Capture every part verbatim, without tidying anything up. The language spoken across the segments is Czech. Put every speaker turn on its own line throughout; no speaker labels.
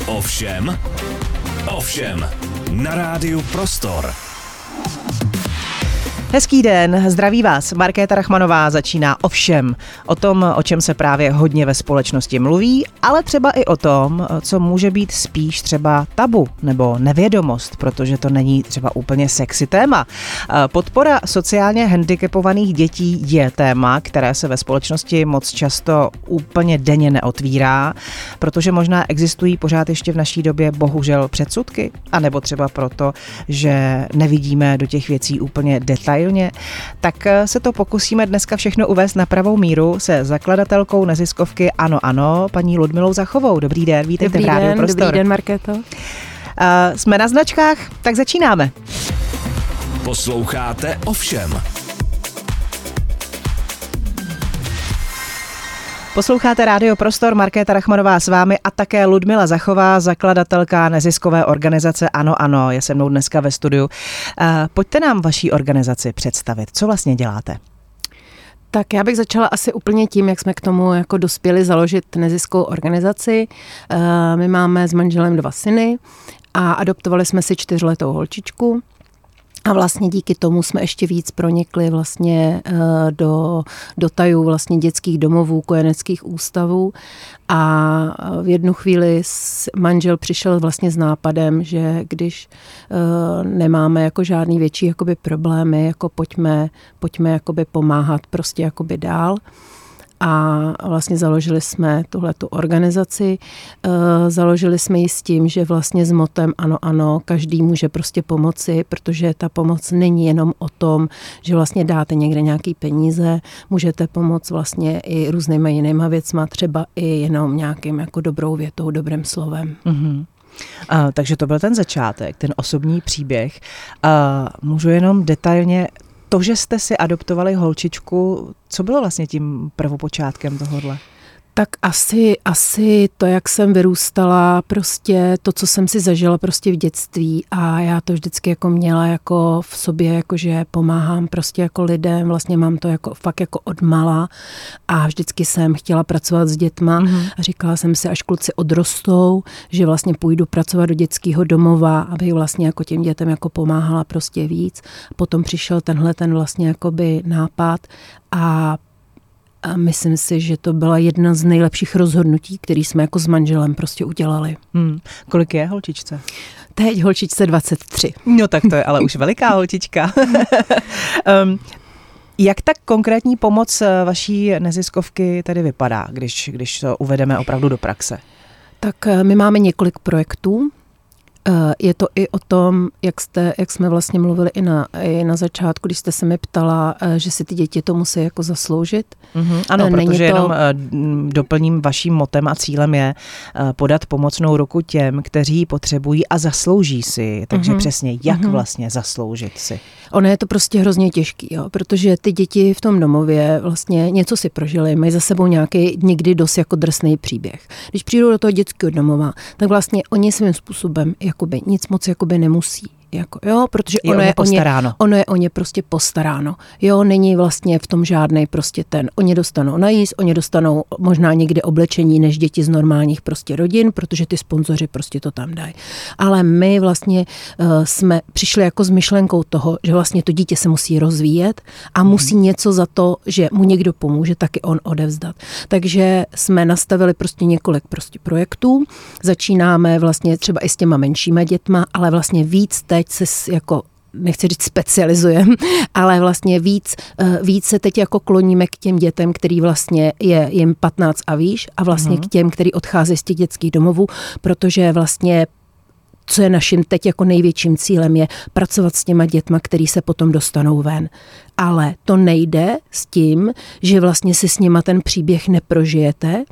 Ovšem, ovšem, na rádiu Prostor.
Hezký den, zdraví vás. Markéta Rachmanová začíná Ovšem. O tom, o čem se právě hodně ve společnosti mluví, ale třeba i o tom, co může být spíš třeba tabu nebo nevědomost, protože to není třeba úplně sexy téma. Podpora sociálně handicapovaných dětí je téma, které se ve společnosti moc často úplně denně neotvírá, protože možná existují pořád ještě v naší době bohužel předsudky, anebo třeba proto, že nevidíme do těch věcí úplně detailně. Tak se to pokusíme dneska všechno uvést na pravou míru se zakladatelkou neziskovky Ano, ano, paní Ludmilou Zachovou. Dobrý den, vítejte v Rádiu Prostor.
Dobrý den, Markéto. Uh,
jsme na značkách, tak začínáme.
Posloucháte Ovšem.
Posloucháte Rádio Prostor, Markéta Rachmanová s vámi a také Ludmila Zachová, zakladatelka neziskové organizace Ano, ano, je se mnou dneska ve studiu. Pojďte nám vaší organizaci představit. Co vlastně děláte?
Tak já bych začala asi úplně tím, jak jsme k tomu jako dospěli založit neziskovou organizaci. My máme s manželem dva syny a adoptovali jsme si čtyřletou holčičku. A vlastně díky tomu jsme ještě víc pronikli vlastně do, do tajů vlastně dětských domovů, kojeneckých ústavů a v jednu chvíli manžel přišel vlastně s nápadem, že když nemáme jako žádný větší jakoby problémy, jako pojďme, pojďme jakoby pomáhat prostě jakoby dál. A vlastně založili jsme tuhletu organizaci, založili jsme ji s tím, že vlastně s motem ano, ano, každý může prostě pomoci, protože ta pomoc není jenom o tom, že vlastně dáte někde nějaký peníze, můžete pomoct vlastně i různýma jinýma věcma, třeba i jenom nějakým jako dobrou větou, dobrým slovem.
Mm-hmm. A, takže to byl ten začátek, ten osobní příběh. A, můžu jenom detailně To, že jste si adoptovali holčičku, co bylo vlastně tím prvopočátkem tohodle?
Tak asi, asi to, jak jsem vyrůstala, prostě to, co jsem si zažila prostě v dětství a já to vždycky jako měla jako v sobě, jakože pomáhám prostě jako lidem, vlastně mám to jako fakt jako odmala a vždycky jsem chtěla pracovat s dětma mm-hmm. a říkala jsem si, až kluci odrostou, že vlastně půjdu pracovat do dětského domova, abych vlastně jako těm dětem jako pomáhala prostě víc. Potom přišel tenhle ten vlastně jakoby nápad a A myslím si, že to byla jedna z nejlepších rozhodnutí, které jsme jako s manželem prostě udělali.
Hmm. Kolik je holčičce?
Teď holčičce dvacet tři.
No tak to je ale už veliká holčička. um, jak tak konkrétní pomoc vaší neziskovky tady vypadá, když, když to uvedeme opravdu do praxe?
Tak my máme několik projektů. Je to i o tom, jak, jste, jak jsme vlastně mluvili i na, i na začátku, když jste se mi ptala, že si ty děti to musí jako zasloužit.
Mm-hmm, ano,
Není
protože
to...
jenom doplním, vaším motem a cílem je podat pomocnou ruku těm, kteří ji potřebují a zaslouží si. Takže mm-hmm. přesně, jak mm-hmm. vlastně zasloužit si.
Ono je to prostě hrozně těžký, jo, protože ty děti v tom domově vlastně něco si prožili, mají za sebou nějaký někdy dost jako drsný příběh. Když přijdou do toho dětského domova, tak vlastně oni svým způsobem jakoby nic moc jakoby nemusí. Jako, jo, protože
je
ono, je
postaráno.
Ně, ono je o ně prostě postaráno. Jo, není vlastně v tom žádnej prostě ten. Oni dostanou najíst, oni dostanou možná někde oblečení než děti z normálních prostě rodin, protože ty sponzoři prostě to tam dají. Ale my vlastně uh, jsme přišli jako s myšlenkou toho, že vlastně to dítě se musí rozvíjet a hmm. musí něco za to, že mu někdo pomůže, taky on odevzdat. Takže jsme nastavili prostě několik prostě projektů. Začínáme vlastně třeba i s těma menšíma dětma, ale vlastně víc teď se jako, nechci říct specializujeme, ale vlastně víc, víc se teď jako kloníme k těm dětem, který vlastně je jim patnáct a výš a vlastně mm. k těm, který odchází z těch dětských domovů, protože vlastně co je naším teď jako největším cílem je pracovat s těma dětma, který se potom dostanou ven. Ale to nejde s tím, že vlastně si s nima ten příběh neprožijete.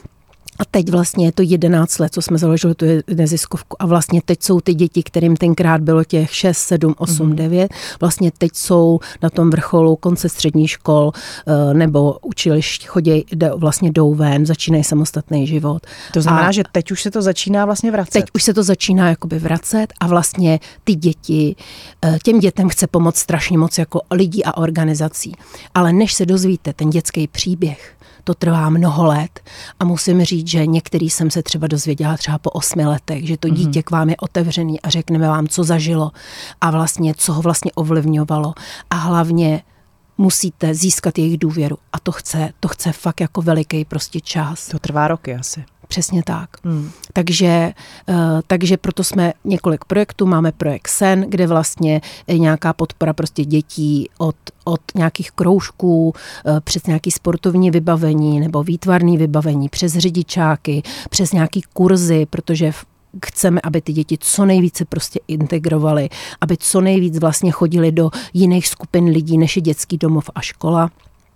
A teď vlastně je to jedenáct let, co jsme založili tu neziskovku a vlastně teď jsou ty děti, kterým tenkrát bylo těch šest, sedm, osm, devět, vlastně teď jsou na tom vrcholu konce střední škol nebo učilišť, chodí vlastně jdou ven, začínají samostatný život.
To znamená,
a
že teď už se to začíná vlastně vracet.
Teď už se to začíná jakoby vracet a vlastně ty děti, těm dětem chce pomoct strašně moc jako lidí a organizací. Ale než se dozvíte ten dětský příběh, to trvá mnoho let a musím říct, že některý jsem se třeba dozvěděla třeba po osmi letech, že to dítě mm-hmm. k vám je otevřený a řekneme vám, co zažilo a vlastně, co ho vlastně ovlivňovalo a hlavně musíte získat jejich důvěru a to chce, to chce fakt jako veliký prostě čas.
To trvá roky asi.
Přesně tak. Hmm. Takže, uh, takže proto jsme několik projektů, máme projekt Sen, kde vlastně je nějaká podpora prostě dětí od, od nějakých kroužků uh, přes nějaké sportovní vybavení nebo výtvarné vybavení, přes řidičáky, přes nějaký kurzy, protože v, chceme, aby ty děti co nejvíce prostě integrovaly, aby co nejvíc vlastně chodili do jiných skupin lidí, než je dětský domov a škola.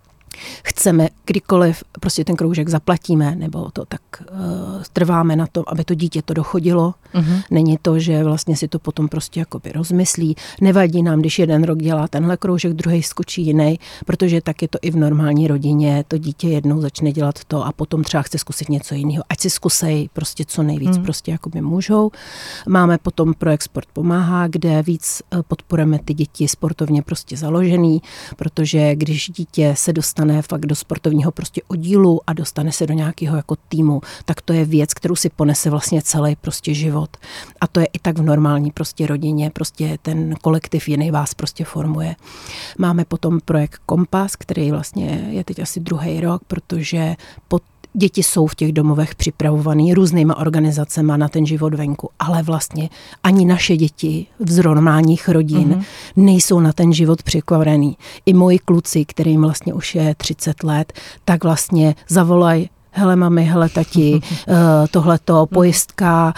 Chceme kdykoliv prostě ten kroužek zaplatíme, nebo to tak uh, trváme na tom, aby to dítě to dochodilo. Uh-huh. Není to, že vlastně si to potom prostě jakoby rozmyslí. Nevadí nám, když jeden rok dělá tenhle kroužek, druhý skočí jiný, protože tak je to i v normální rodině. To dítě jednou začne dělat to a potom třeba chce zkusit něco jiného. Ať si zkusej prostě co nejvíc uh-huh. prostě jakoby můžou. Máme potom projekt Sport pomáhá, kde víc podporujeme ty děti sportovně prostě založený, protože když dítě se dostane fakt do sportovního prostě oddílu a dostane se do nějakého jako týmu, tak to je věc, kterou si ponese vlastně celý prostě život. A to je i tak v normální prostě rodině, prostě ten kolektiv jiný vás prostě formuje. Máme potom projekt Kompas, který vlastně je teď asi druhý rok, protože pod děti jsou v těch domovech připravovaný různýma organizacema na ten život venku, ale vlastně ani naše děti z normálních rodin mm-hmm. nejsou na ten život připravený. I moji kluci, kterým vlastně už je třicet let, tak vlastně zavolají: hele mami, hele tati, tohleto, pojistka,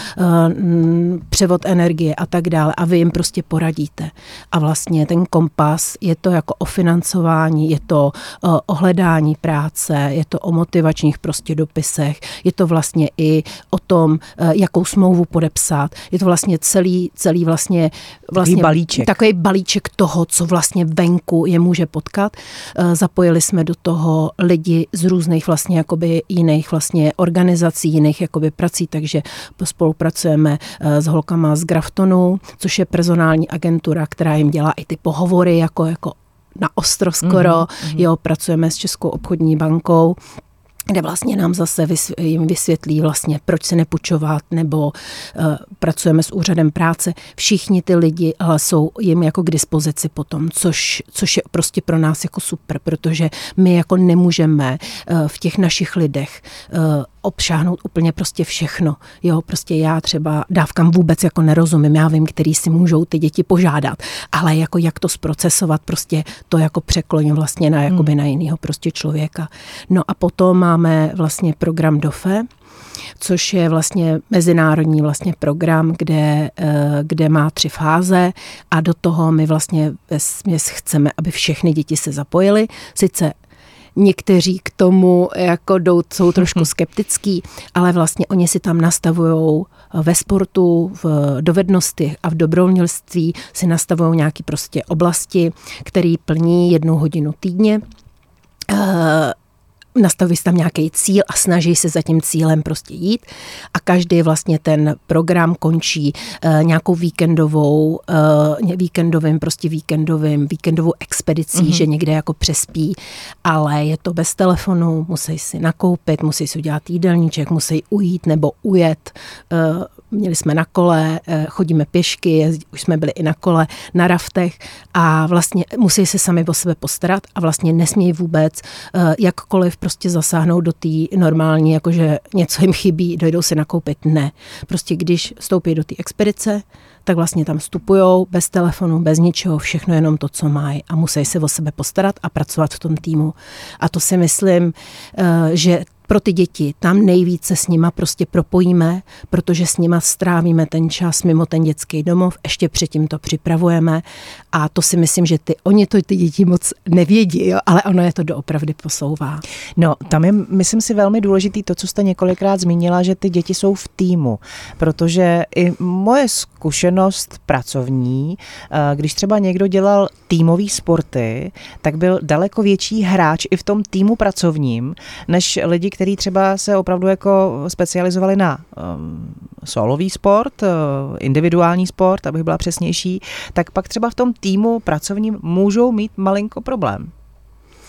převod energie a tak dále. A vy jim prostě poradíte. A vlastně ten Kompas, je to jako o financování, je to o hledání práce, je to o motivačních prostě dopisech, je to vlastně i o tom, jakou smlouvu podepsat. Je to vlastně celý, celý vlastně, vlastně
takový balíček.
Takový balíček toho, co vlastně venku je může potkat. Zapojili jsme do toho lidi z různých vlastně jakoby jiných vlastně organizací, jiných jakoby prací, takže spolupracujeme s holkama z Graftonu, což je personální agentura, která jim dělá i ty pohovory jako, jako na ostro skoro. Mm-hmm. Jo, pracujeme s Českou obchodní bankou, kde vlastně nám zase vysv- jim vysvětlí vlastně, proč se nepůjčovat, nebo uh, pracujeme s úřadem práce. Všichni ty lidi ale jsou jim jako k dispozici potom, což, což je prostě pro nás jako super, protože my jako nemůžeme uh, v těch našich lidech uh, obšáhnout úplně prostě všechno. Jo, prostě já třeba dávkám vůbec jako nerozumím, já vím, který si můžou ty děti požádat, ale jako jak to zprocesovat, prostě to jako překloním vlastně na, jakoby na jinýho prostě člověka. No a potom máme vlastně program D O F E, což je vlastně mezinárodní vlastně program, kde, kde má tři fáze a do toho my vlastně vesměs chceme, aby všechny děti se zapojily. Sice někteří k tomu jako jdou, jsou trošku skeptický, ale vlastně oni si tam nastavujou ve sportu, v dovednostech a v dobrovolnictví si nastavují nějaké prostě oblasti, které plní jednu hodinu týdně. Nastaví si tam nějaký cíl a snaží se za tím cílem prostě jít a každý vlastně ten program končí uh, nějakou víkendovou, uh, víkendovým, prostě víkendovým, víkendovou expedicí, mm-hmm. že někde jako přespí, ale je to bez telefonu, musí si nakoupit, musí si udělat jídelníček, musí ujít nebo ujet. Uh, měli jsme na kole, uh, chodíme pěšky, jezdí, už jsme byli i na kole, na raftech a vlastně musí se sami o sebe postarat a vlastně nesmějí vůbec uh, jakkoliv prostě zasáhnout do té normální, jakože něco jim chybí, dojdou si nakoupit. Ne. Prostě když vstoupí do té expedice, tak vlastně tam vstupujou bez telefonu, bez ničeho, všechno jenom to, co mají a musí se o sebe postarat a pracovat v tom týmu. A to si myslím, že pro ty děti tam nejvíce s nima prostě propojíme, protože s nima strávíme ten čas mimo ten dětský domov, ještě předtím to připravujeme a to si myslím, že ty, oni to ty děti moc nevědí, jo, ale ono je to doopravdy posouvá.
No, tam je, myslím si, velmi důležitý to, co jste několikrát zmínila, že ty děti jsou v týmu, protože i moje zkušenost pracovní, když třeba někdo dělal týmový sporty, tak byl daleko větší hráč i v tom týmu pracovním, než lidi, kteří třeba se opravdu jako specializovali na um, solový sport, uh, individuální sport, abych byla přesnější, tak pak třeba v tom týmu pracovním můžou mít malinko problém.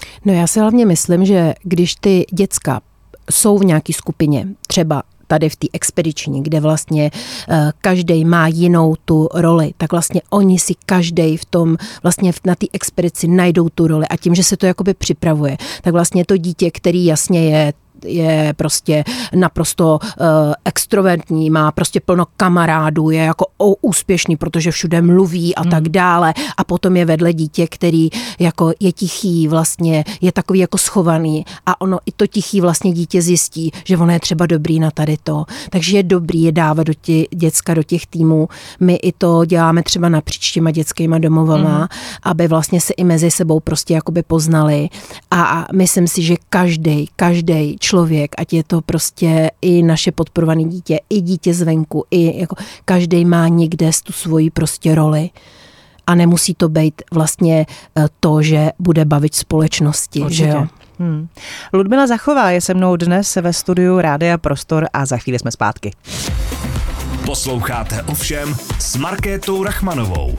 No já si hlavně myslím, že když ty děcka jsou v nějaké skupině, třeba tady v té expediční, kde vlastně uh, každý má jinou tu roli, tak vlastně oni si každý v tom, vlastně na té expedici najdou tu roli a tím, že se to jakoby připravuje, tak vlastně to dítě, který jasně je je prostě naprosto uh, extrovertní, má prostě plno kamarádů, je jako o, úspěšný, protože všude mluví a mm. tak dále. A potom je vedle dítě, který jako je tichý, vlastně je takový jako schovaný a ono i to tichý vlastně dítě zjistí, že ono je třeba dobrý na tady to. Takže je dobrý je dávat do tě, děcka do těch týmů. My i to děláme třeba napříč těma dětskýma domovama, mm. aby vlastně se i mezi sebou prostě jakoby poznali. A myslím si, že každej, každej člověk, ať je to prostě i naše podporované dítě, i dítě zvenku, i jako každý má někde tu svoji prostě roli. A nemusí to být vlastně to, že bude bavit společnosti. Že jo?
Hmm. Ludmila Zachová je se mnou dnes ve studiu Rádia Prostor a za chvíli jsme zpátky.
Posloucháte Ovšem s Markétou Rachmanovou.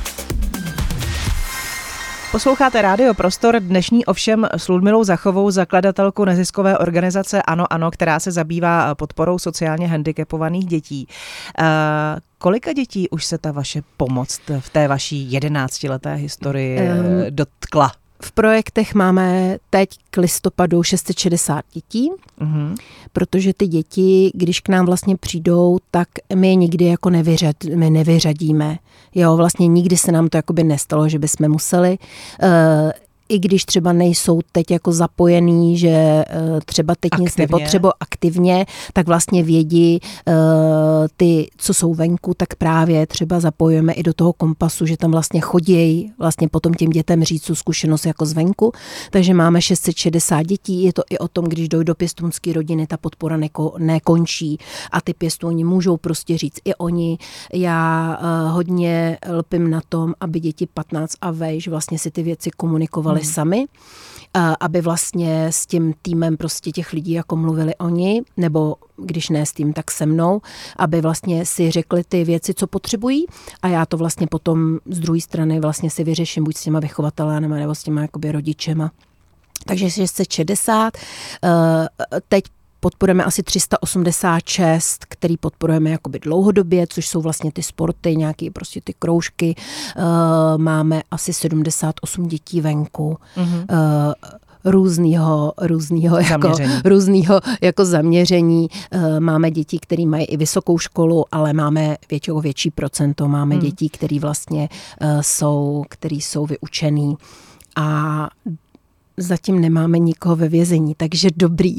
Posloucháte Rádio Prostor, dnešní Ovšem s Ludmilou Zachovou, zakladatelkou neziskové organizace Ano, ano, která se zabývá podporou sociálně handicapovaných dětí. Uh, kolika dětí už se ta vaše pomoc v té vaší jedenáctileté historii um, dotkla?
V projektech máme teď k listopadu šest set šedesát dětí, uh-huh. protože ty děti, když k nám vlastně přijdou, tak my je nikdy jako nevyřad, my nevyřadíme. Jo, vlastně nikdy se nám to jakoby nestalo, že bychom museli. Uh, I když třeba nejsou teď jako zapojený, že uh, třeba teď aktivně. Nic nepotřebují aktivně, tak vlastně vědí uh, ty, co jsou venku, tak právě třeba zapojujeme i do toho kompasu, že tam vlastně chodí vlastně potom těm dětem říct tu zkušenost jako zvenku. Takže máme šest set šedesát dětí, je to i o tom, když dojde do pěstounské rodiny, ta podpora neko, nekončí a ty pěstouni můžou prostě říct i oni. Já uh, hodně lpím na tom, aby děti patnáct a vejš vlastně si ty věci komunikovaly sami, aby vlastně s tím týmem prostě těch lidí jako mluvili oni, nebo když ne s tím, tak se mnou, aby vlastně si řekli ty věci, co potřebují a já to vlastně potom z druhé strany vlastně si vyřeším buď s těma vychovatelé nebo s těma jakoby rodičema. Takže šest set šedesát, teď podporujeme asi tři sta osmdesát šest, který podporujeme jakoby dlouhodobě, což jsou vlastně ty sporty, nějaké prostě ty kroužky. Uh, máme asi sedmdesát osm dětí venku. Mm-hmm. Uh, různýho, různýho, jako, různýho jako zaměření. Uh, máme děti, které mají i vysokou školu, ale máme většinou větší procento. Máme mm. děti, které vlastně uh, jsou, který jsou vyučený a zatím nemáme nikoho ve vězení, takže dobrý.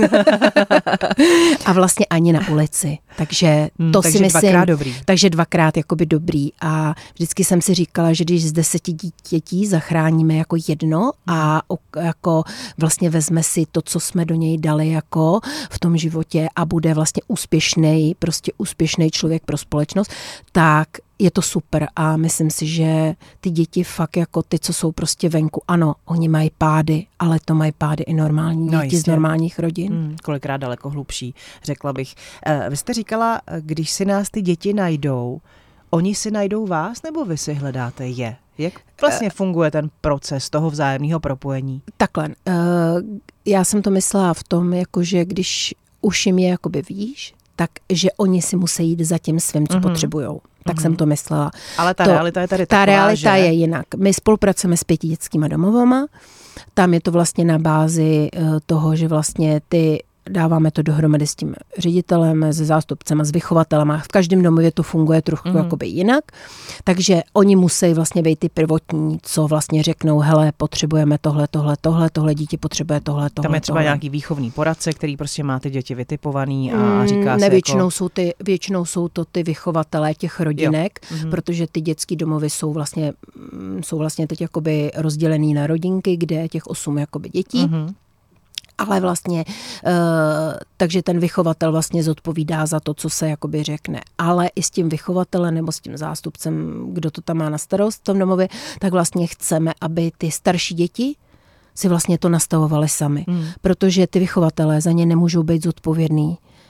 A vlastně ani na ulici. Takže to hmm,
takže
si myslím.
Dvakrát dobrý.
Takže dvakrát jakoby dobrý. A vždycky jsem si říkala, že když z deseti dětí zachráníme jako jedno a jako vlastně vezme si to, co jsme do něj dali jako v tom životě a bude vlastně úspěšný, prostě úspěšný člověk pro společnost, tak je to super a myslím si, že ty děti fakt jako ty, co jsou prostě venku, ano, oni mají pády, ale to mají pády i normální děti no, z normálních rodin.
Hmm, kolikrát daleko hlubší, řekla bych. Vy jste říkala, když si nás ty děti najdou, oni si najdou vás nebo vy si hledáte je? Jak vlastně funguje ten proces toho vzájemného propojení?
Takhle, já jsem to myslela v tom, jakože když už jim je jakoby víš, tak že oni si musí jít za tím svým, co mm-hmm. potřebujou. Tak mm-hmm. jsem to myslela.
Ale ta
to,
realita je tady
taková,
Ta
realita
že?
je jinak. My spolupracujeme s pěti dětskýma domovama. Tam je to vlastně na bázi toho, že vlastně ty dáváme to dohromady s tím ředitelem, se zástupcem, s vychovatelem. V každém domově to funguje trochu mm. jakoby jinak. Takže oni musí vlastně být ty prvotní, co vlastně řeknou, hele, potřebujeme tohle, tohle, tohle, tohle dítě potřebuje tohle, tohle.
Tam je třeba
tohle.
Nějaký výchovný poradce, který prostě má ty děti vytipovaný a říká
mm,
se
většinou
jako...
jsou ty, většinou jsou to ty vychovatelé těch rodinek, mm. protože ty dětský domovy jsou vlastně, jsou vlastně teď jakoby rozdělený na rodinky, kde je těch osm jakoby dětí. Mm. Ale vlastně, uh, takže ten vychovatel vlastně zodpovídá za to, co se jakoby řekne. Ale i s tím vychovatelem nebo s tím zástupcem, kdo to tam má na starost v tom domově, tak vlastně chceme, aby ty starší děti si vlastně to nastavovali sami. Mm. Protože ty vychovatelé za ně nemůžou být zodpovědní.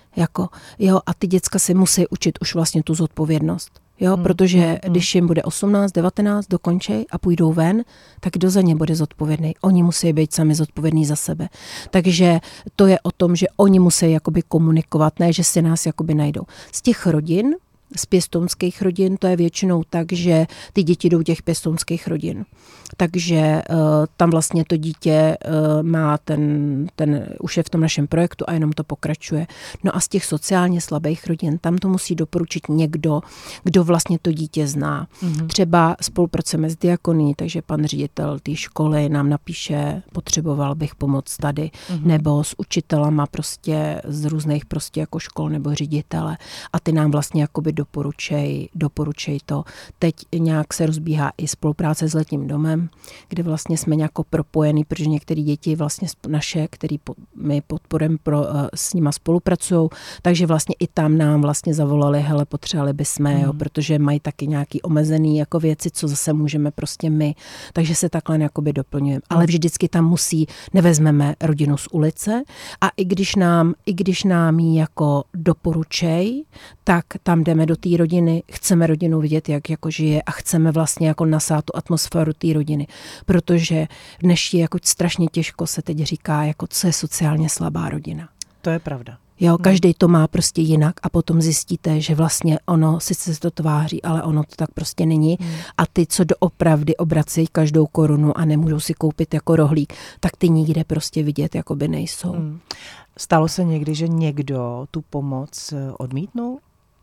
Jako, jo, a ty děcka si musí učit už vlastně tu zodpovědnost. Jo, hmm. protože hmm. když jim bude osmnáct, devatenáct, dokončej a půjdou ven, tak kdo za ně bude zodpovědný? Oni musí být sami zodpovědní za sebe. Takže to je o tom, že oni musí jakoby komunikovat, ne, že si nás jakoby najdou. Z těch rodin, z pěstounských rodin, to je většinou tak, že ty děti jdou těch pěstounských rodin. Takže uh, tam vlastně to dítě uh, má ten, ten, už je v tom našem projektu a jenom to pokračuje. No a z těch sociálně slabých rodin, tam to musí doporučit někdo, kdo vlastně to dítě zná. Mm-hmm. Třeba spolupracujeme s diakoní, takže pan ředitel té školy nám napíše, potřeboval bych pomoc tady, mm-hmm. nebo s učitelama prostě z různých prostě jako škol nebo ředitele a ty nám vlastně jakoby doporučej, doporučej to. Teď nějak se rozbíhá i spolupráce s letním domem, kde vlastně jsme nějak propojený, protože některé děti vlastně naše, který my podporujeme, pro, s nima spolupracují, takže vlastně i tam nám vlastně zavolali, hele, potřebovali bychom, mm. jo, protože mají taky nějaký omezený jako věci, co zase můžeme prostě my, takže se takhle jakoby doplňujeme. Ale vždycky tam musí, nevezmeme rodinu z ulice a i když nám, i když nám ji jako doporučej, tak tam jdeme do té rodiny, chceme rodinu vidět, jak jako žije a chceme vlastně jako nasát tu atmosféru té rodiny, protože dnes je jako strašně těžko se teď říká, jako co je sociálně slabá rodina.
To je pravda.
Jo, každý to má prostě jinak a potom zjistíte, že vlastně ono, sice se to tváří, ale ono to tak prostě není. Hmm. A ty, co doopravdy obracejí každou korunu a nemůžou si koupit jako rohlík, tak ty nikde prostě vidět jakoby nejsou. Hmm.
Stalo se někdy, že někdo tu pomoc odmítnul?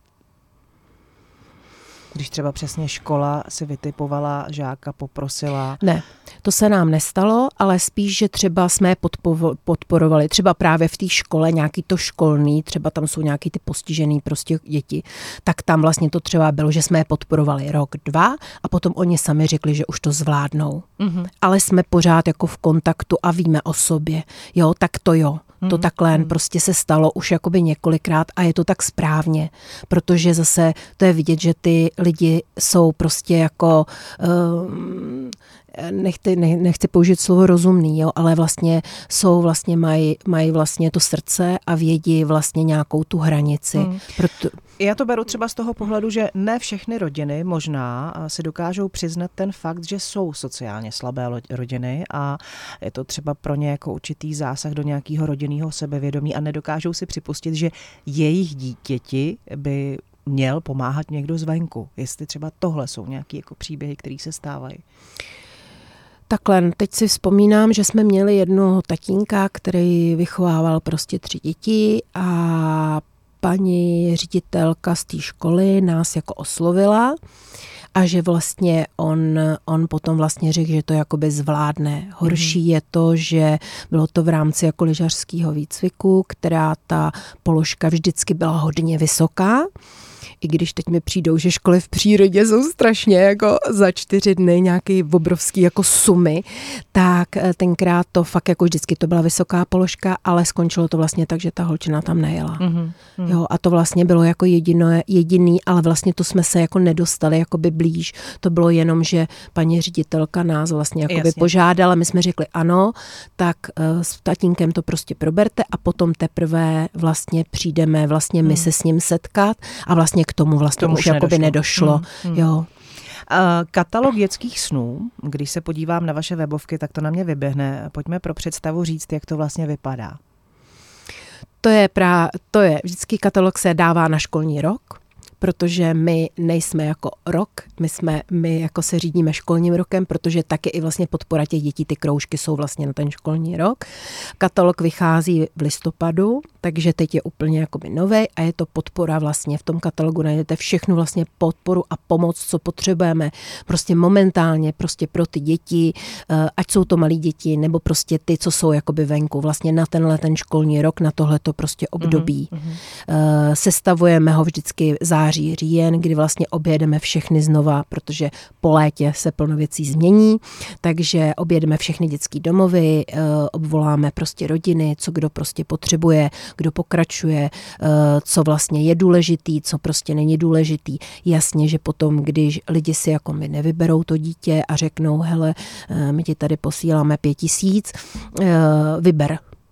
Když třeba přesně škola si vytipovala žáka, poprosila?
Ne, to se nám nestalo, ale spíš, že třeba jsme podporovali, třeba právě v té škole, nějaký to školný, třeba tam jsou nějaký ty postižený prostě děti, tak tam vlastně to třeba bylo, že jsme je podporovali rok, dva a potom oni sami řekli, že už to zvládnou. Mm-hmm. Ale jsme pořád jako v kontaktu a víme o sobě. Jo, tak to jo. To hmm. takhle hmm. prostě se stalo už jakoby několikrát a je to tak správně, protože zase to je vidět, že ty lidi jsou prostě jako, um, nechci, ne, nechci použít slovo rozumný, jo, ale vlastně jsou vlastně, mají, mají vlastně to srdce a vědí vlastně nějakou tu hranici. Hmm. Proto,
Já to beru třeba z toho pohledu, že ne všechny rodiny možná si dokážou přiznat ten fakt, že jsou sociálně slabé rodiny a je to třeba pro ně jako určitý zásah do nějakého rodinného sebevědomí a nedokážou si připustit, že jejich dítěti by měl pomáhat někdo zvenku. Jestli třeba tohle jsou nějaké jako příběhy, které se stávají.
Takhle, teď si vzpomínám, že jsme měli jednoho tatínka, který vychovával prostě tři děti a paní ředitelka z té školy nás jako oslovila a že vlastně on, on potom vlastně řekl, že to jakoby zvládne. Horší mm. je to, že bylo to v rámci jako lyžařského výcviku, která ta položka vždycky byla hodně vysoká. I když teď mi přijdou, že školy v přírodě jsou strašně jako za čtyři dny nějaký obrovský jako sumy, tak tenkrát to fakt jako vždycky to byla vysoká položka, ale skončilo to vlastně tak, že ta holčina tam nejela. Mm-hmm. Jo, a to vlastně bylo jako jedino, jediný, ale vlastně to jsme se jako nedostali jakoby blíž. To bylo jenom, že paní ředitelka nás vlastně jakoby požádala, my jsme řekli ano, tak uh, s tatínkem to prostě proberte a potom teprve vlastně přijdeme vlastně my mm. se s ním setkat a vlastně k tomu vlastně tomu už jakoby nedošlo. Hmm, hmm. Jo.
Katalog dětských snů, když se podívám na vaše webovky, tak to na mě vyběhne. Pojďme pro představu říct, jak to vlastně vypadá.
To je, pra, to je vždycky katalog se dává na školní rok, protože my nejsme jako rok, my jsme, my jako se řídíme školním rokem, protože taky i vlastně podpora těch dětí, ty kroužky jsou vlastně na ten školní rok. Katalog vychází v listopadu, takže teď je úplně jakoby nový a je to podpora vlastně v tom katalogu najdete všechnu vlastně podporu a pomoc, co potřebujeme prostě momentálně prostě pro ty děti, ať jsou to malí děti, nebo prostě ty, co jsou jakoby venku, vlastně na tenhle ten školní rok, na tohleto prostě období. Mm-hmm. Sestavujeme ho vždycky září, říjen, kdy vlastně objedeme všechny znova, protože po létě se plno věcí změní, takže objedeme všechny dětský domovy, obvoláme prostě rodiny, co kdo prostě potřebuje, kdo pokračuje, co vlastně je důležitý, co prostě není důležitý. Jasně, že potom, když lidi si jako my nevyberou to dítě a řeknou, hele, my ti tady posíláme pět tisíc, vyber.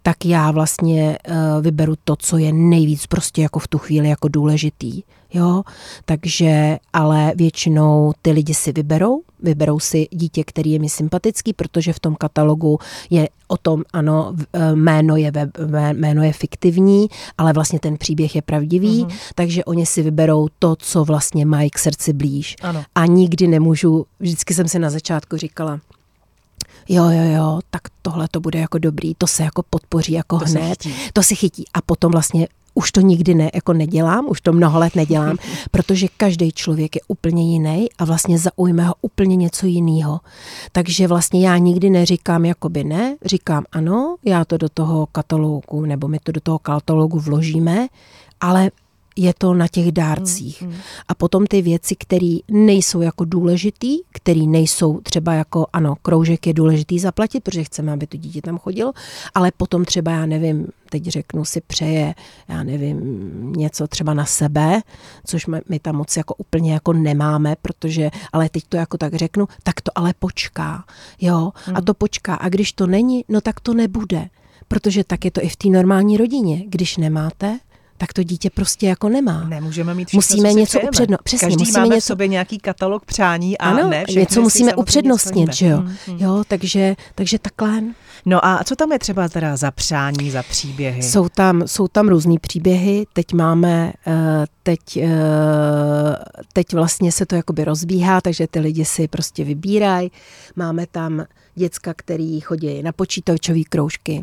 tak já vlastně uh, vyberu to, co je nejvíc prostě jako v tu chvíli jako důležitý. Jo, takže ale většinou ty lidi si vyberou, vyberou si dítě, který je mi sympatický, protože v tom katalogu je o tom, ano, jméno je, jméno je fiktivní, ale vlastně ten příběh je pravdivý, mm-hmm. takže oni si vyberou to, co vlastně mají k srdci blíž.
Ano.
A nikdy nemůžu, vždycky jsem si na začátku říkala, jo, jo, jo, tak tohle to bude jako dobrý, to se jako podpoří jako
to
hned,
se
to se chytí. A potom vlastně už to nikdy ne, jako nedělám, už to mnoho let nedělám, protože každý člověk je úplně jiný a vlastně zaujme ho úplně něco jiného. Takže vlastně já nikdy neříkám jakoby ne, říkám ano, já to do toho katalogu, nebo my to do toho katalogu vložíme, ale je to na těch dárcích. Mm, mm. A potom ty věci, které nejsou jako důležitý, které nejsou třeba jako, ano, kroužek je důležitý zaplatit, protože chceme, aby to dítě tam chodilo, ale potom třeba, já nevím, teď řeknu, si přeje, já nevím, něco třeba na sebe, což my, my tam moc jako úplně jako nemáme, protože, ale teď to jako tak řeknu, tak to ale počká, jo, mm. a to počká. A když to není, no tak to nebude, protože tak je to i v té normální rodině. Když nemáte, tak to dítě prostě jako nemá.
Nemůžeme mít všechno,
musíme
co
něco upřednostnit. Přesně,
Každý
musíme
máme
něco...
v sobě nějaký katalog přání a
ano,
ne všechny
něco musíme
si
upřednostnit, že jo.
Hmm, hmm.
Jo, takže, takže takhle.
No a co tam je třeba teda za přání, za příběhy?
Jsou tam, jsou tam různý příběhy. Teď máme, teď, teď vlastně se to jakoby rozbíhá, takže ty lidi si prostě vybírají. Máme tam děcka, který chodí na počítačové kroužky.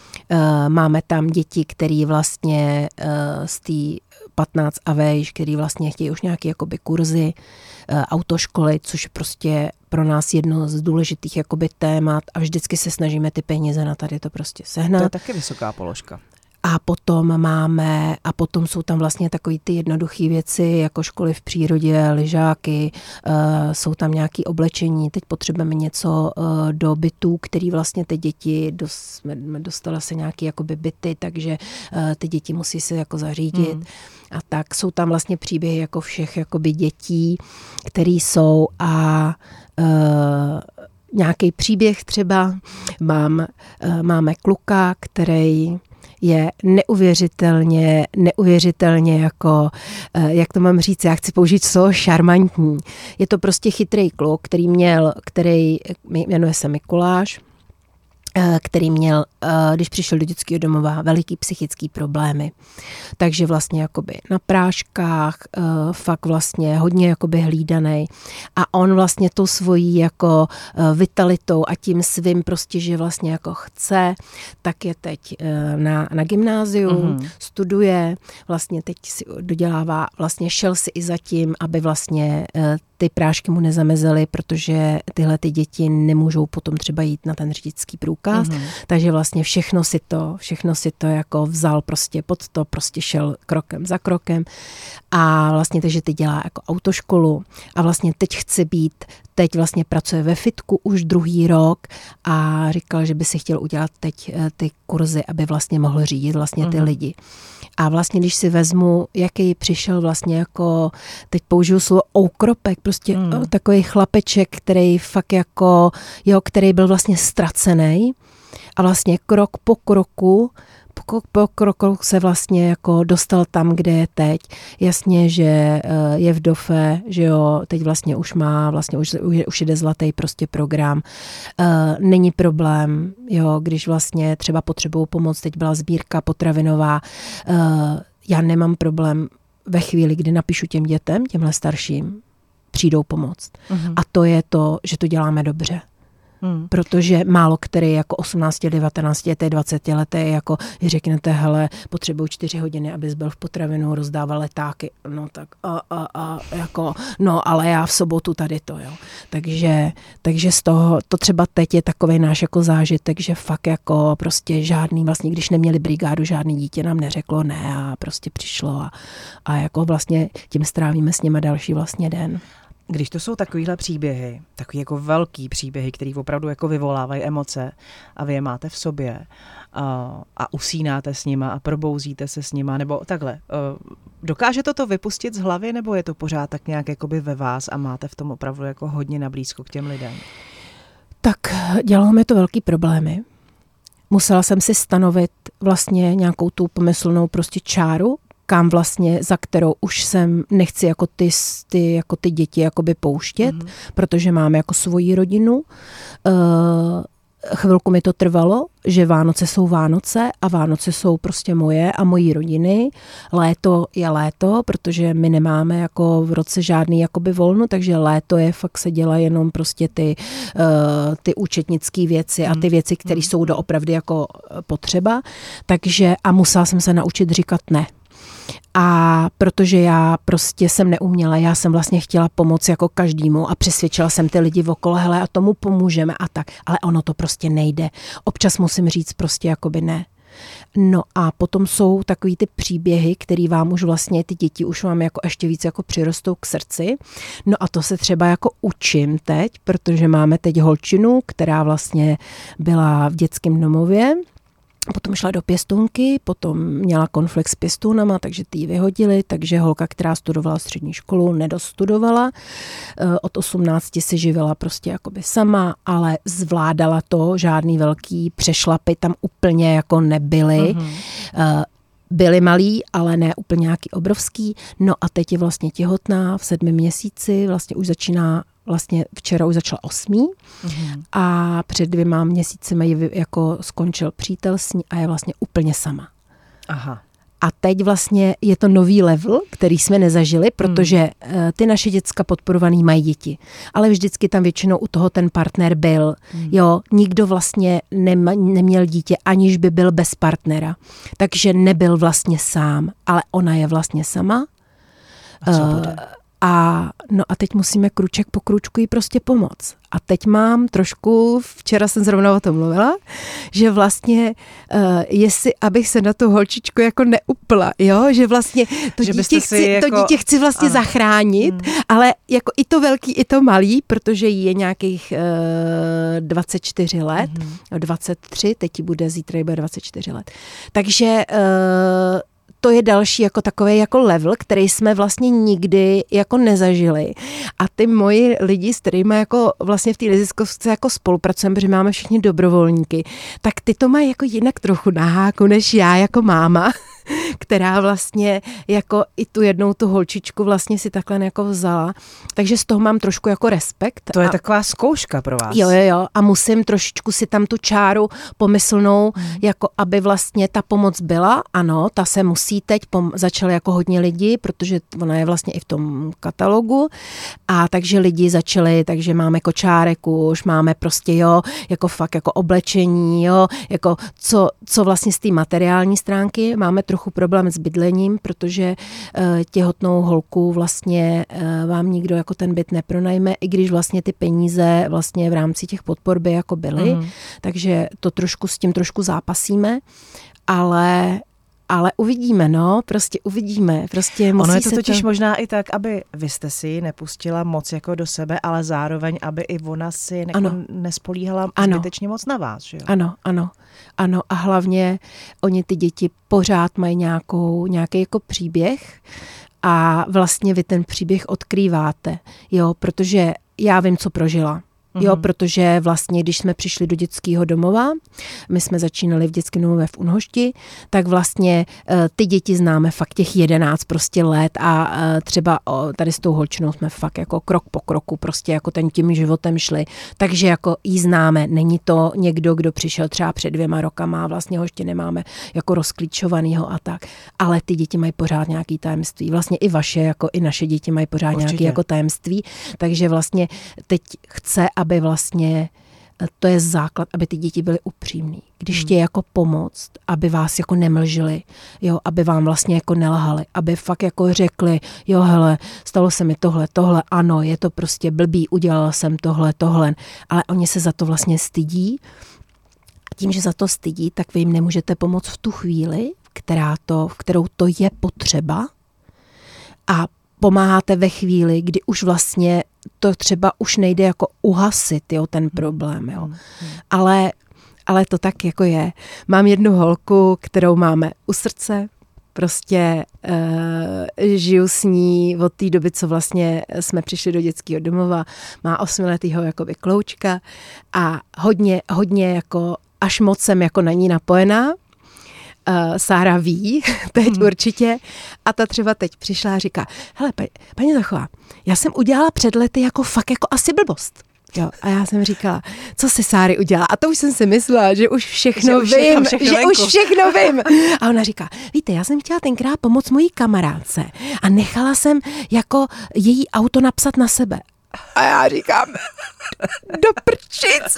Máme tam děti, který vlastně z té patnáct a vejš, který vlastně chtějí už nějaké jakoby kurzy, autoškoly, což je prostě pro nás jedno z důležitých jakoby témat a vždycky se snažíme ty peníze na tady to prostě sehnat.
To je taky vysoká položka.
A potom máme, a potom jsou tam vlastně takový ty jednoduché věci, jako školy v přírodě, lyžáky, uh, jsou tam nějaké oblečení, teď potřebujeme něco uh, do bytů, který vlastně ty děti, dos, jsme dostala se nějaké jakoby byty, takže uh, ty děti musí se jako zařídit. Hmm. A tak jsou tam vlastně příběhy jako všech jakoby dětí, který jsou a uh, nějaký příběh třeba mám, uh, máme kluka, který je neuvěřitelně, neuvěřitelně jako, jak to mám říct, já chci použít slovo šarmantní. Je to prostě chytrý kluk, který měl, který jmenuje se Mikuláš, který měl, když přišel do dětského domova, veliký psychický problémy. Takže vlastně jakoby na práškách, fakt vlastně hodně jakoby hlídanej. A on vlastně tou svojí jako vitalitou a tím svým prostě, že vlastně jako chce, tak je teď na, na gymnáziu, mm-hmm. studuje, vlastně teď si dodělává, vlastně šel si i za tím, aby vlastně ty prášky mu nezamezily, protože tyhle ty děti nemůžou potom třeba jít na ten řidičský průkaz, mm-hmm. takže vlastně všechno si to, všechno si to jako vzal prostě pod to, prostě šel krokem za krokem a vlastně takže teď dělá jako autoškolu a vlastně teď chce být, teď vlastně pracuje ve fitku už druhý rok a říkal, že by si chtěl udělat teď ty kurzy, aby vlastně mohl řídit vlastně ty mm-hmm. lidi. A vlastně, když si vezmu, jaký přišel vlastně jako, teď použiju slovo oukropek, prostě mm. takový chlapeček, který fakt jako, jo, který byl vlastně ztracený a vlastně krok po kroku, po, po kroku se vlastně jako dostal tam, kde je teď. Jasně, že je v dofe, že jo, teď vlastně už má, vlastně už, už jde zlatý prostě program. Není problém, jo, když vlastně třeba potřebují pomoc, teď byla sbírka potravinová, já nemám problém ve chvíli, kdy napíšu těm dětem, těmhle starším, přijdou pomoct. Mm-hmm. A to je to, že to děláme dobře. Hmm. Protože málo který jako osmnáct, devatenáct, dvacet letý jako řeknete, hele, potřebuji čtyři hodiny, abys byl v potravinu, rozdával letáky, no tak a, a, a jako, no ale já v sobotu tady to, jo. Takže, takže z toho, to třeba teď je takovej náš jako zážitek, že fakt jako prostě žádný, vlastně když neměli brigádu, žádný dítě nám neřeklo ne a prostě přišlo a, a jako vlastně tím strávíme s nima další vlastně den.
Když to jsou takovýhle příběhy, takový jako velký příběhy, který opravdu jako vyvolávají emoce a vy je máte v sobě a, a usínáte s nima a probouzíte se s nima, nebo takhle, dokáže to to vypustit z hlavy, nebo je to pořád tak nějak jakoby ve vás a máte v tom opravdu jako hodně nablízko k těm lidem?
Tak dělalo mi to velký problémy. musela jsem si stanovit vlastně nějakou tu pomyslnou prostě čáru, kam vlastně, za kterou už jsem nechci jako ty, ty, jako ty děti jakoby pouštět, mm. protože máme jako svoji rodinu. Uh, chvilku mi to trvalo, že Vánoce jsou Vánoce a Vánoce jsou prostě moje a mojí rodiny. Léto je léto, protože my nemáme jako v roce žádný jakoby volno, takže léto je fakt se dělá jenom prostě ty, uh, ty účetnické věci a ty věci, které jsou doopravdy jako potřeba. Takže a musela jsem se naučit říkat ne. A protože já prostě jsem neuměla, já jsem vlastně chtěla pomoct jako každému a přesvědčila jsem ty lidi okolo, hele a tomu pomůžeme a tak, ale ono to prostě nejde. Občas musím říct prostě jakoby ne. No a potom jsou takový ty příběhy, který vám už vlastně, ty děti už vám jako ještě víc jako přirostou k srdci. No a to se třeba jako učím teď, protože máme teď holčinu, která vlastně byla v dětském domově. Potom šla do pěstounky, potom měla konflikt s pěstounama, takže ty ji vyhodili, takže holka, která studovala střední školu, nedostudovala. Od osmnácti si živila prostě jakoby sama, ale zvládala to, žádný velký přešlapy tam úplně jako nebyly. Mm-hmm. Byly malý, ale ne úplně nějaký obrovský. No a teď je vlastně těhotná v sedmi měsíci, vlastně už začíná Vlastně včera už začala osmý mm-hmm. a před dvěma měsíci jako skončil přítel s ní a je vlastně úplně sama.
Aha.
A teď vlastně je to nový level, který jsme nezažili, protože mm. ty naše děcka podporovaný mají děti. Ale vždycky tam většinou u toho ten partner byl. Mm. Jo, nikdo vlastně nema, neměl dítě, aniž by byl bez partnera. Takže nebyl vlastně sám, ale ona je vlastně sama.
A co bude? Uh,
A, no a teď musíme kruček po kručku jí prostě pomoct. A teď mám trošku, včera jsem zrovna o tom mluvila, že vlastně, uh, jestli, abych se na tu holčičku jako neupla, jo, že vlastně to, že dítě, chci, jako... to dítě chci vlastně ano. zachránit, hmm. ale jako i to velký, i to malý, protože jí je nějakých uh, dvacet čtyři let, hmm. dvacet tři, teď jí bude, zítra jí bude dvacet čtyři let. Takže uh, to je další jako takový jako level, který jsme vlastně nikdy jako nezažili. A ty moji lidi, s kterými jako vlastně v té neziskovce jako spolupracujeme, protože máme všichni dobrovolníky, tak ty to mají jako jinak trochu na háku, než já jako máma, která vlastně jako i tu jednou tu holčičku vlastně si takhle jako vzala. Takže z toho mám trošku jako respekt.
To je
a,
taková zkouška pro vás.
Jo, jo, jo. A musím trošičku si tam tu čáru pomyslnou, hmm. jako aby vlastně ta pomoc byla. Ano, ta se musí teď, pom- začaly jako hodně lidí, protože ona je vlastně i v tom katalogu. A takže lidi začali, takže máme kočárek už, máme prostě jo, jako fakt jako oblečení, jo, jako co, co vlastně z té materiální stránky máme trochu problém s bydlením, protože uh, těhotnou holku vlastně uh, vám nikdo jako ten byt nepronajme, i když vlastně ty peníze vlastně v rámci těch podpor by jako byly, mm. takže to trošku s tím trošku zápasíme, ale Ale uvidíme, no, prostě uvidíme. Prostě musí
ono je to
se
totiž
to...
možná i tak, aby vy jste si ji nepustila moc jako do sebe, ale zároveň, aby i ona si jako nespolíhala zbytečně moc na vás, že jo?
Ano, ano, ano. A hlavně oni ty děti pořád mají nějakou, nějaký jako příběh a vlastně vy ten příběh odkrýváte, jo, protože já vím, co prožila. Jo, protože vlastně, když jsme přišli do dětského domova, my jsme začínali v dětském domově v Unhošti, tak vlastně ty děti známe fakt těch jedenáct prostě let a třeba tady s tou holčinou jsme fakt jako krok po kroku prostě jako ten tím životem šli, takže jako jí známe, není to někdo, kdo přišel třeba před dvěma rokama a vlastně ho ještě nemáme jako rozklíčovanýho a tak, ale ty děti mají pořád nějaký tajemství, vlastně i vaše, jako i naše děti mají pořád Určitě. nějaký jako tajemství, takže vlastně teď chce, aby vlastně, to je základ, aby ty děti byly upřímný. Když chtějí jako pomoct, aby vás jako nemlžili, jo, aby vám vlastně jako nelhali, aby fakt jako řekli, jo hele, stalo se mi tohle, tohle, ano, je to prostě blbý, udělala jsem tohle, tohle, ale oni se za to vlastně stydí. A tím, že za to stydí, tak vy jim nemůžete pomoct v tu chvíli, která to, v kterou to je potřeba a pomáháte ve chvíli, kdy už vlastně to třeba už nejde jako uhasit, jo, ten problém, jo. Ale, ale to tak jako je. Mám jednu holku, kterou máme u srdce, prostě uh, žiju s ní od té doby, co vlastně jsme přišli do dětského domova, má osmiletýho jakoby kloučka a hodně, hodně jako až moc jsem jako na ní napojená. Uh, Sára ví, teď hmm. určitě. A ta třeba teď přišla a říká, hele, pa, paní Zachová, já jsem udělala před lety jako fakt jako asi blbost. Jo, a já jsem říkala, co si Sáry udělala? A to už jsem si myslela, že už všechno že už vím, všechno že venku. už všechno vím. A ona říká, víte, já jsem chtěla tenkrát pomoct mojí kamarádce a nechala jsem jako její auto napsat na sebe. A já říkám, do prčic.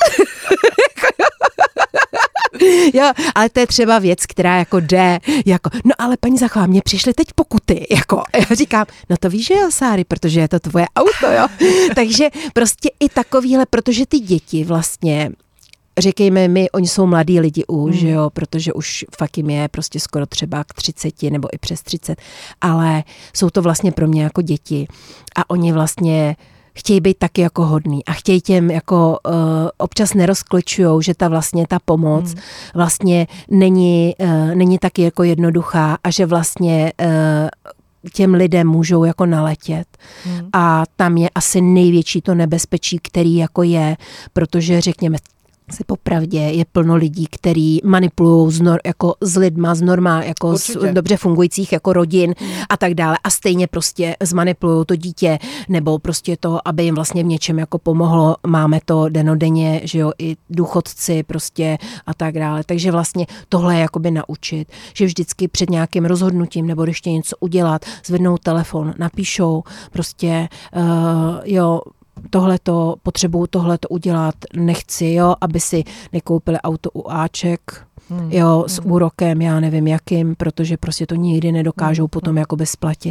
Jo, ale to je třeba věc, která jako jde, jako, no ale paní Zachová, mě přišly teď pokuty, jako, já říkám, no to víš, že jo, Sáry, protože je to tvoje auto, jo. Takže prostě i takovýhle, protože ty děti vlastně, říkejme my, oni jsou mladí lidi už, hmm. jo, protože už fakt jim je prostě skoro třeba k třiceti nebo i přes třicet, ale jsou to vlastně pro mě jako děti a oni vlastně chtějí být taky jako hodný a chtějí těm jako uh, občas nerozkličujou, že ta vlastně ta pomoc hmm. vlastně není, uh, není taky jako jednoduchá a že vlastně uh, těm lidem můžou jako naletět. Hmm. A tam je asi největší to nebezpečí, který jako je, protože řekněme si popravdě, je plno lidí, který manipulují s, nor, jako s lidma, s normál, jako s dobře fungujících jako rodin mm. a tak dále a stejně prostě zmanipulují to dítě nebo prostě to, aby jim vlastně v něčem jako pomohlo. Máme to denodenně, že jo, i důchodci prostě a tak dále. Takže vlastně tohle je jakoby naučit, že vždycky před nějakým rozhodnutím nebo když chtějí něco udělat, zvednou telefon, napíšou prostě uh, jo, tohleto, potřebuju tohleto udělat, nechci, jo, aby si nekoupili auto u Aček, hmm. jo, s hmm. úrokem, já nevím jakým, protože prostě to nikdy nedokážou hmm. potom jakoby splatit.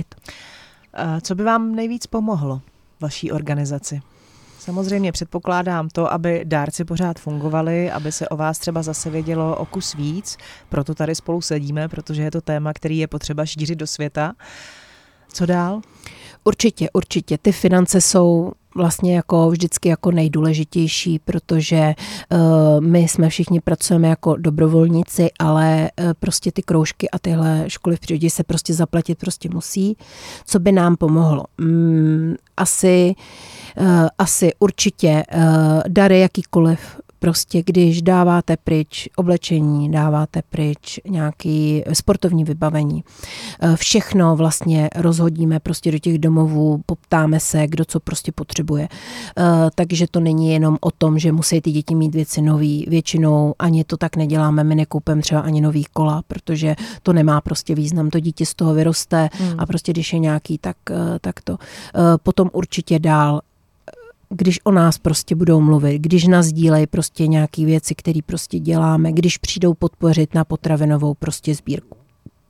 Co by vám nejvíc pomohlo vaší organizaci? Samozřejmě předpokládám to, aby dárci pořád fungovali, aby se o vás třeba zase vědělo o kus víc, proto tady spolu sedíme, protože je to téma, který je potřeba šířit do světa. Co dál?
Určitě, určitě. Ty finance jsou vlastně jako vždycky jako nejdůležitější, protože uh, my jsme všichni pracujeme jako dobrovolníci, ale uh, prostě ty kroužky a tyhle školy v přírodě se prostě zaplatit prostě musí. Co by nám pomohlo? Mm, asi, uh, asi určitě uh, dary jakýkoliv. Prostě když dáváte pryč oblečení, dáváte pryč nějaký sportovní vybavení, všechno vlastně rozhodíme prostě do těch domovů, poptáme se, kdo co prostě potřebuje. Takže to není jenom o tom, že musí ty děti mít věci nový. Většinou ani to tak neděláme, my nekoupíme třeba ani nový kola, protože to nemá prostě význam. To dítě z toho vyroste hmm. a prostě když je nějaký, tak, tak to. Potom určitě dál, když o nás prostě budou mluvit, když nás dílejí prostě nějaký věci, které prostě děláme, když přijdou podpořit na potravinovou prostě sbírku.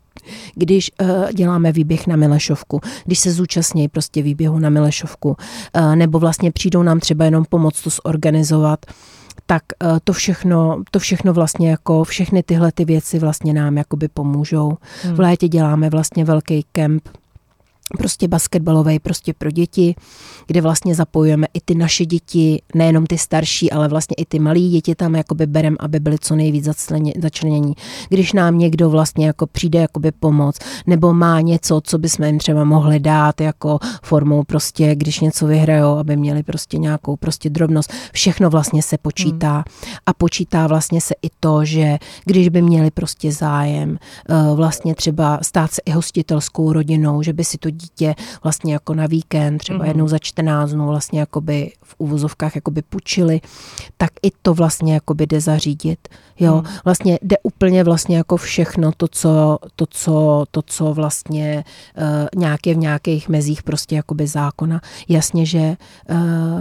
Když uh, děláme výběh na Milešovku, když se zúčastní prostě výběhu na Milešovku, uh, nebo vlastně přijdou nám třeba jenom pomoct to zorganizovat, tak uh, to všechno, to všechno vlastně jako všechny tyhle ty věci vlastně nám jakoby pomůžou. Hmm. V létě děláme vlastně velký kemp, prostě basketbalový prostě pro děti, kde vlastně zapojujeme i ty naše děti, nejenom ty starší, ale vlastně i ty malí děti tam jakoby berem, aby byly co nejvíc začlenění. Když nám někdo vlastně jako přijde jakoby pomoc, nebo má něco, co bychom jim třeba mohli dát jako formou prostě, když něco vyhrajou, aby měli prostě nějakou prostě drobnost. Všechno vlastně se počítá hmm. a počítá vlastně se i to, že když by měli prostě zájem vlastně třeba stát se i hostitelskou rodinou, že by si to dítě vlastně jako na víkend, třeba mm-hmm. jednou za čtrnáct dnů vlastně jakoby v uvozovkách jakoby půjčili, tak i to vlastně jakoby jde zařídit. Jo, mm. vlastně jde úplně vlastně jako všechno to, co, to, co, to, co vlastně uh, nějaké v nějakých mezích prostě jakoby zákona. Jasně, že uh,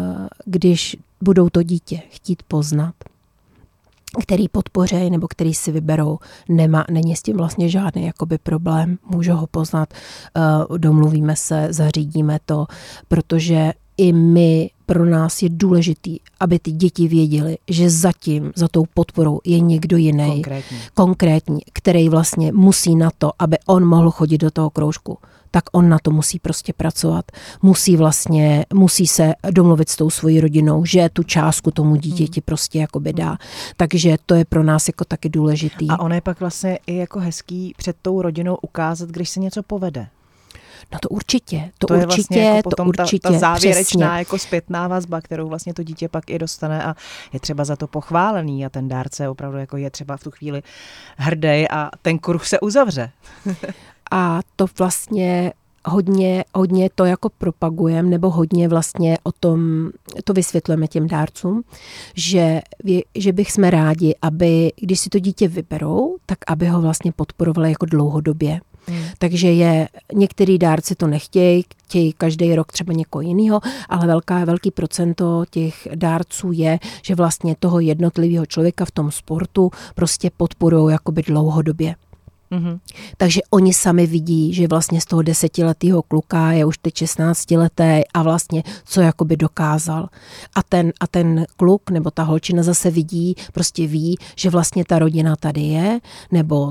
když budou to dítě chtít poznat, který podpořejí nebo který si vyberou, nemá, není s tím vlastně žádný jakoby problém, můžu ho poznat, uh, domluvíme se, zařídíme to, protože i my, pro nás je důležitý, aby ty děti věděly, že zatím, za tou podporou je někdo jiný, konkrétní. konkrétní, který vlastně musí na to, aby on mohl chodit do toho kroužku, tak on na to musí prostě pracovat. Musí vlastně, musí se domluvit s tou svojí rodinou, že tu částku tomu dítěti prostě jakoby dá. Takže to je pro nás jako taky důležitý.
A ono je pak vlastně i jako hezký před tou rodinou ukázat, když se něco povede.
No to určitě, to,
to
určitě,
je vlastně jako
to určitě,
ta, ta závěrečná
přesně.
jako zpětná vazba, kterou vlastně to dítě pak i dostane a je třeba za to pochválený a ten dárce opravdu jako je třeba v tu chvíli hrdej a ten kruh se uzavře.
A to vlastně hodně, hodně to jako propagujeme, nebo hodně vlastně o tom, to vysvětlujeme těm dárcům, že, že bych jsme rádi, aby, když si to dítě vyberou, tak aby ho vlastně podporovali jako dlouhodobě. Hmm. Takže je, některý dárci to nechtějí, chtějí každý rok třeba někoho jiného, ale velká, velký procento těch dárců je, že vlastně toho jednotlivého člověka v tom sportu prostě podporují jakoby dlouhodobě. Mm-hmm. Takže oni sami vidí, že vlastně z toho desetiletého kluka je už teď šestnáctiletý a vlastně co jakoby dokázal. A ten, a ten kluk nebo ta holčina zase vidí, prostě ví, že vlastně ta rodina tady je, nebo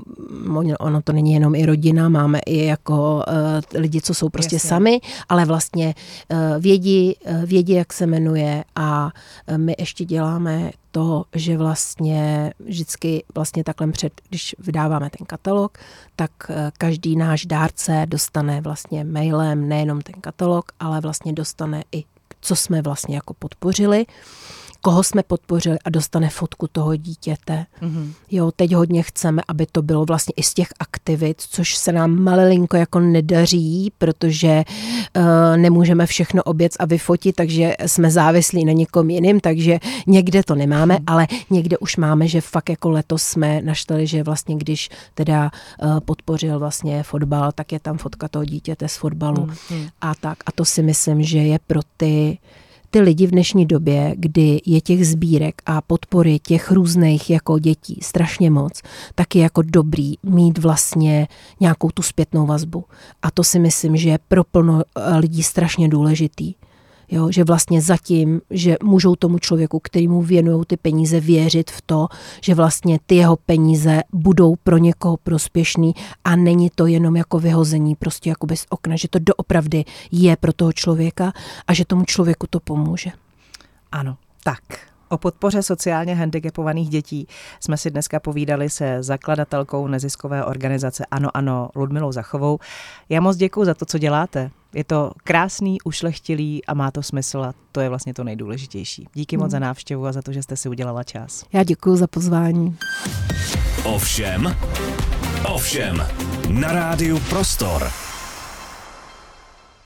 ono to není jenom i rodina, máme i jako uh, lidi, co jsou prostě Jasně. sami, ale vlastně uh, vědí, uh, vědí, jak se jmenuje a uh, my ještě děláme to, že vlastně vždycky vlastně takhle před, když vydáváme ten katalog, tak uh, každý náš dárce dostane vlastně mailem nejenom ten katalog, ale vlastně dostane i, co jsme vlastně jako podpořili, koho jsme podpořili a dostane fotku toho dítěte. Mm-hmm. Jo, teď hodně chceme, aby to bylo vlastně i z těch aktivit, což se nám malinko jako nedaří, protože uh, nemůžeme všechno oběc a vyfotit, takže jsme závislí na někom jiným, takže někde to nemáme, mm. ale někde už máme, že fakt jako letos jsme našli, že vlastně když teda uh, podpořil vlastně fotbal, tak je tam fotka toho dítěte z fotbalu mm. a tak. A to si myslím, že je pro ty ty lidi v dnešní době, kdy je těch sbírek a podpory těch různých jako dětí strašně moc, tak je jako dobrý mít vlastně nějakou tu zpětnou vazbu. A to si myslím, že je pro plno lidí strašně důležitý. Jo, že vlastně zatím, že můžou tomu člověku, kterýmu věnují ty peníze, věřit v to, že vlastně ty jeho peníze budou pro někoho prospěšný a není to jenom jako vyhození prostě jako bez okna, že to doopravdy je pro toho člověka a že tomu člověku to pomůže.
Ano, tak. O podpoře sociálně handicapovaných dětí jsme si dneska povídali se zakladatelkou neziskové organizace Ano, ano, Ludmilou Zachovou. Já moc děkuju za to, co děláte. Je to krásný, ušlechtilý a má to smysl a to je vlastně to nejdůležitější. Díky hmm. moc za návštěvu a za to, že jste si udělala čas.
Já děkuju za pozvání.
Ovšem, ovšem, na rádiu Prostor.